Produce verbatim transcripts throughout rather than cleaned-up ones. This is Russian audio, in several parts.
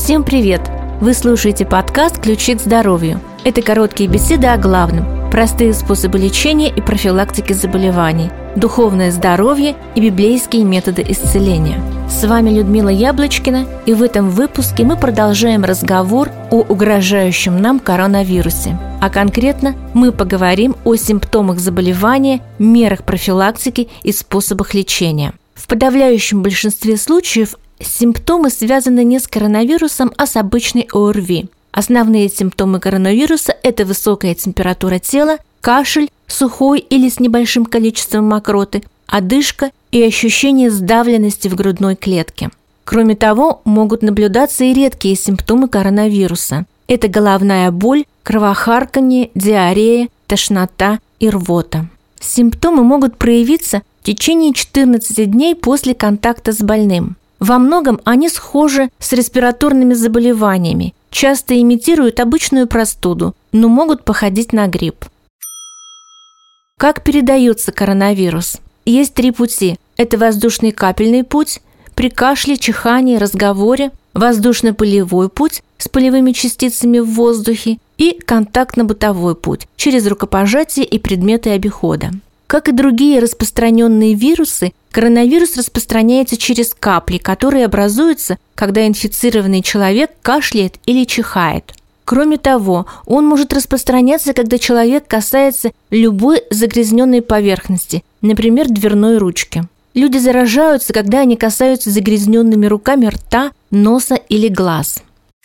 Всем привет! Вы слушаете подкаст «Ключи к здоровью». Это короткие беседы о главном, простые способы лечения и профилактики заболеваний, духовное здоровье и библейские методы исцеления. С вами Людмила Яблочкина, и в этом выпуске мы продолжаем разговор о угрожающем нам коронавирусе. А конкретно мы поговорим о симптомах заболевания, мерах профилактики и способах лечения. В подавляющем большинстве случаев симптомы связаны не с коронавирусом, а с обычной ОРВИ. Основные симптомы коронавируса – это высокая температура тела, кашель, сухой или с небольшим количеством мокроты, одышка и ощущение сдавленности в грудной клетке. Кроме того, могут наблюдаться и редкие симптомы коронавируса. Это головная боль, кровохарканье, диарея, тошнота и рвота. Симптомы могут проявиться в течение четырнадцати дней после контакта с больным. Во многом они схожи с респираторными заболеваниями, часто имитируют обычную простуду, но могут походить на грипп. Как передается коронавирус? Есть три пути. Это воздушный капельный путь, при кашле, чихании, разговоре, воздушно-пылевой путь с пылевыми частицами в воздухе и контактно-бытовой путь через рукопожатие и предметы обихода. Как и другие распространенные вирусы, коронавирус распространяется через капли, которые образуются, когда инфицированный человек кашляет или чихает. Кроме того, он может распространяться, когда человек касается любой загрязненной поверхности, например, дверной ручки. Люди заражаются, когда они касаются загрязненными руками рта, носа или глаз.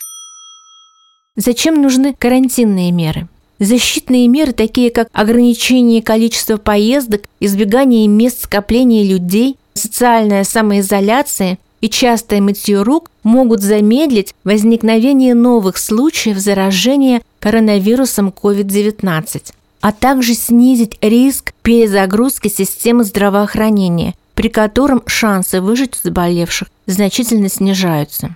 Зачем нужны карантинные меры? Защитные меры, такие как ограничение количества поездок, избегание мест скопления людей, социальная самоизоляция и частое мытье рук, могут замедлить возникновение новых случаев заражения коронавирусом ковид девятнадцать, а также снизить риск перезагрузки системы здравоохранения, при котором шансы выжить у заболевших значительно снижаются.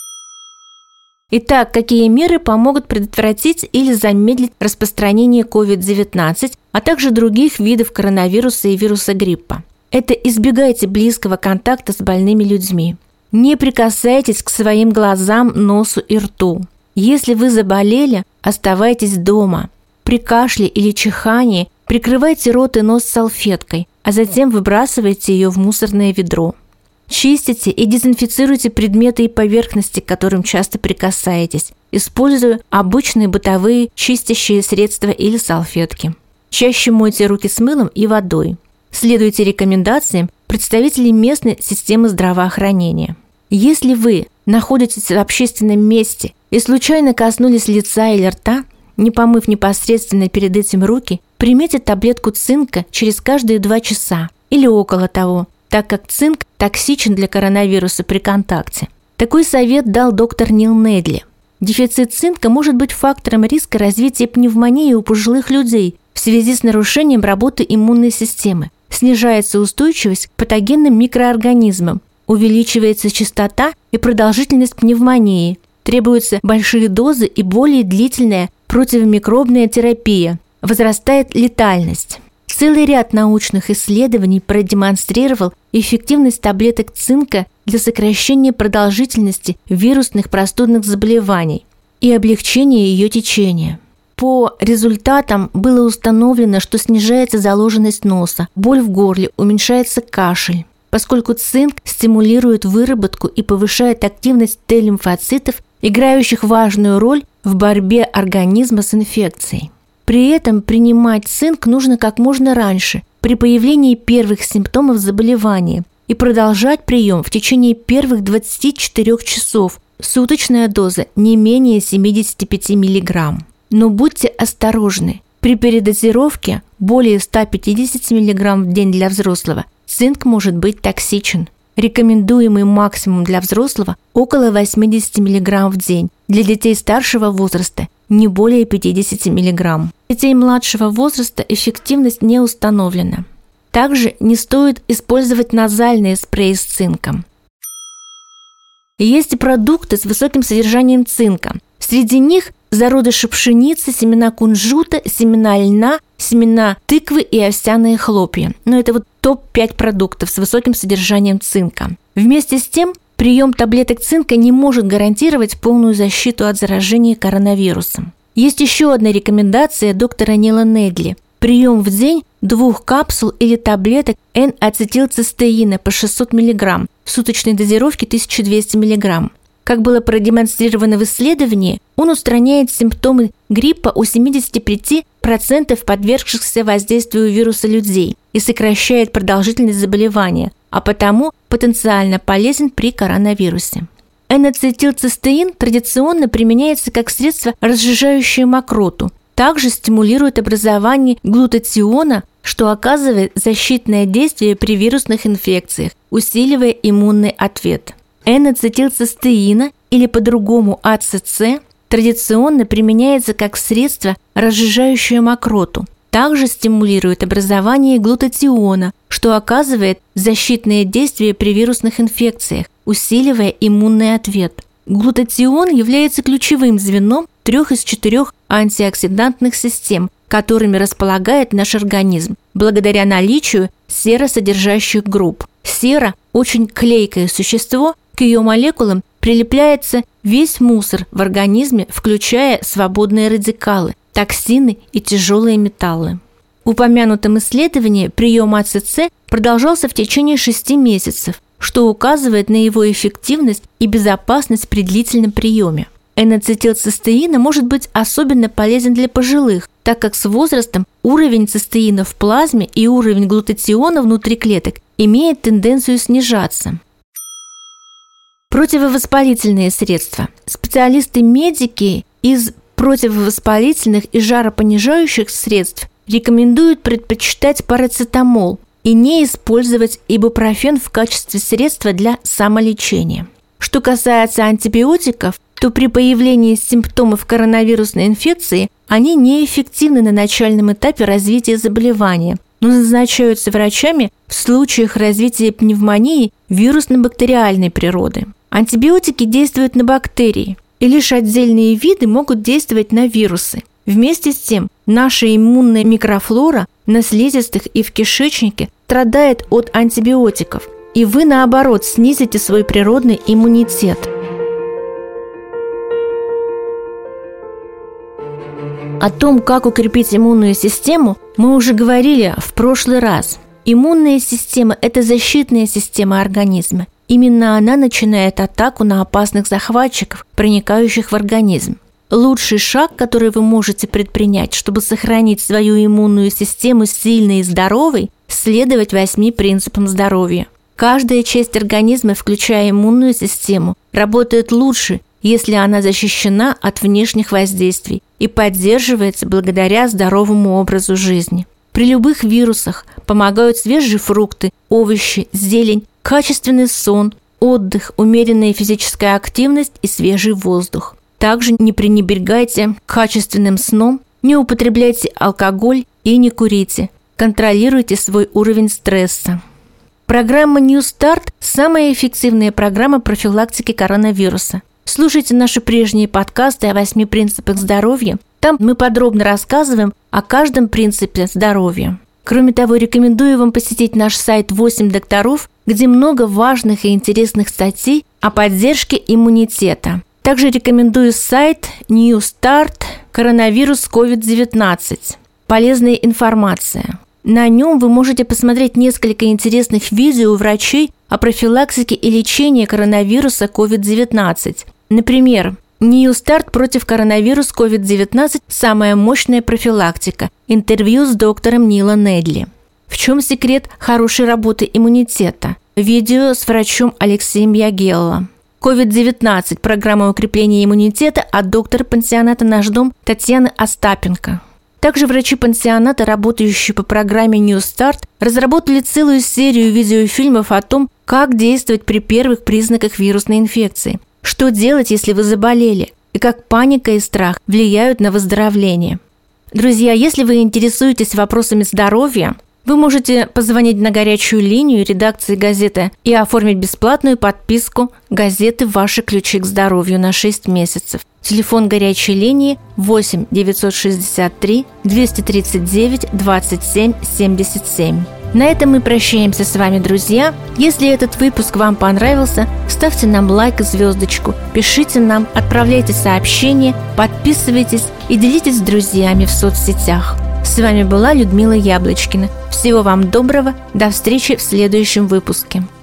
Итак, какие меры помогут предотвратить или замедлить распространение ковид девятнадцать, а также других видов коронавируса и вируса гриппа? Это избегайте близкого контакта с больными людьми. Не прикасайтесь к своим глазам, носу и рту. Если вы заболели, оставайтесь дома. При кашле или чихании прикрывайте рот и нос салфеткой, а затем выбрасывайте ее в мусорное ведро. Чистите и дезинфицируйте предметы и поверхности, к которым часто прикасаетесь, используя обычные бытовые чистящие средства или салфетки. Чаще мойте руки с мылом и водой. Следуйте рекомендациям представителей местной системы здравоохранения. Если вы находитесь в общественном месте и случайно коснулись лица или рта, не помыв непосредственно перед этим руки, примите таблетку цинка через каждые два часа или около того, так как цинк токсичен для коронавируса при контакте. Такой совет дал доктор Нил Недли. Дефицит цинка может быть фактором риска развития пневмонии у пожилых людей в связи с нарушением работы иммунной системы. Снижается устойчивость к патогенным микроорганизмам, увеличивается частота и продолжительность пневмонии, требуются большие дозы и более длительная противомикробная терапия, возрастает летальность. Целый ряд научных исследований продемонстрировал эффективность таблеток цинка для сокращения продолжительности вирусных простудных заболеваний и облегчения ее течения. По результатам было установлено, что снижается заложенность носа, боль в горле, уменьшается кашель, поскольку цинк стимулирует выработку и повышает активность Т-лимфоцитов, играющих важную роль в борьбе организма с инфекцией. При этом принимать цинк нужно как можно раньше, при появлении первых симптомов заболевания, и продолжать прием в течение первых двадцати четырёх часов. Суточная доза не менее семидесяти пяти миллиграмм. Но будьте осторожны. При передозировке более ста пятидесяти миллиграмм в день для взрослого цинк может быть токсичен. Рекомендуемый максимум для взрослого около восьмидесяти миллиграмм в день. Для детей старшего возраста не более пятидесяти миллиграмм. Для детей младшего возраста эффективность не установлена. Также не стоит использовать назальные спреи с цинком. Есть и продукты с высоким содержанием цинка. Среди них зародыши пшеницы, семена кунжута, семена льна, семена тыквы и овсяные хлопья. Но это вот топ пять продуктов с высоким содержанием цинка. Вместе с тем, прием таблеток цинка не может гарантировать полную защиту от заражения коронавирусом. Есть еще одна рекомендация доктора Нила Недли – прием в день двух капсул или таблеток Н-ацетилцистеина по шестьсот миллиграмм в суточной дозировке тысяча двести миллиграмм. Как было продемонстрировано в исследовании, он устраняет симптомы гриппа у семьдесят пять процентов подвергшихся воздействию вируса людей и сокращает продолжительность заболевания, а потому потенциально полезен при коронавирусе. Н-ацетилцистеин традиционно применяется как средство, разжижающее мокроту. Также стимулирует образование глутатиона, что оказывает защитное действие при вирусных инфекциях, усиливая иммунный ответ. Н-ацетилцистеина, или по-другому А Цэ Цэ, традиционно применяется как средство, разжижающее мокроту. Также стимулирует образование глутатиона, что оказывает защитное действие при вирусных инфекциях, усиливая иммунный ответ. Глутатион является ключевым звеном трех из четырех антиоксидантных систем, которыми располагает наш организм, благодаря наличию серосодержащих групп. Сера – очень клейкое существо, к ее молекулам прилепляется весь мусор в организме, включая свободные радикалы, токсины и тяжелые металлы. В упомянутом исследовании прием А Цэ Цэ продолжался в течение шести месяцев, что указывает на его эффективность и безопасность при длительном приеме. Н-ацетилцистеин может быть особенно полезен для пожилых, так как с возрастом уровень цистеина в плазме и уровень глутатиона внутри клеток имеет тенденцию снижаться. Противовоспалительные средства. Специалисты-медики из противовоспалительных и жаропонижающих средств рекомендуют предпочитать парацетамол и не использовать ибупрофен в качестве средства для самолечения. Что касается антибиотиков, то при появлении симптомов коронавирусной инфекции они неэффективны на начальном этапе развития заболевания, но назначаются врачами в случаях развития пневмонии вирусно-бактериальной природы. Антибиотики действуют на бактерии, и лишь отдельные виды могут действовать на вирусы. Вместе с тем, наша иммунная микрофлора на слизистых и в кишечнике страдает от антибиотиков, и вы, наоборот, снизите свой природный иммунитет. О том, как укрепить иммунную систему, мы уже говорили в прошлый раз. Иммунная система – это защитная система организма. Именно она начинает атаку на опасных захватчиков, проникающих в организм. Лучший шаг, который вы можете предпринять, чтобы сохранить свою иммунную систему сильной и здоровой – следовать восьми принципам здоровья. Каждая часть организма, включая иммунную систему, работает лучше, если она защищена от внешних воздействий и поддерживается благодаря здоровому образу жизни. При любых вирусах помогают свежие фрукты, овощи, зелень, качественный сон, отдых, умеренная физическая активность и свежий воздух. Также не пренебрегайте качественным сном, не употребляйте алкоголь и не курите. Контролируйте свой уровень стресса. Программа New Start – самая эффективная программа профилактики коронавируса. Слушайте наши прежние подкасты о восьми принципах здоровья. Там мы подробно рассказываем о каждом принципе здоровья. Кроме того, рекомендую вам посетить наш сайт восемь докторов, где много важных и интересных статей о поддержке иммунитета. Также рекомендую сайт New Start «Коронавирус ковид девятнадцать». Полезная информация. На нем вы можете посмотреть несколько интересных видео врачей о профилактике и лечении коронавируса ковид девятнадцать. Например, New Start против коронавируса ковид девятнадцать – самая мощная профилактика. Интервью с доктором Нилом Недли. В чем секрет хорошей работы иммунитета? Видео с врачом Алексеем Ягелло. ковид девятнадцать – программа укрепления иммунитета от доктора пансионата «Наш дом» Татьяны Остапенко. Также врачи пансионата, работающие по программе New Start, разработали целую серию видеофильмов о том, как действовать при первых признаках вирусной инфекции, что делать, если вы заболели, и как паника и страх влияют на выздоровление. Друзья, если вы интересуетесь вопросами здоровья, вы можете позвонить на горячую линию редакции газеты и оформить бесплатную подписку газеты «Ваши ключи к здоровью» на шесть месяцев. Телефон горячей линии восемь девятьсот шестьдесят три двести тридцать девять двадцать семь семьдесят семь. На этом мы прощаемся с вами, друзья. Если этот выпуск вам понравился, ставьте нам лайк и звездочку, пишите нам, отправляйте сообщения, подписывайтесь и делитесь с друзьями в соцсетях. С вами была Людмила Яблочкина. Всего вам доброго, до встречи в следующем выпуске.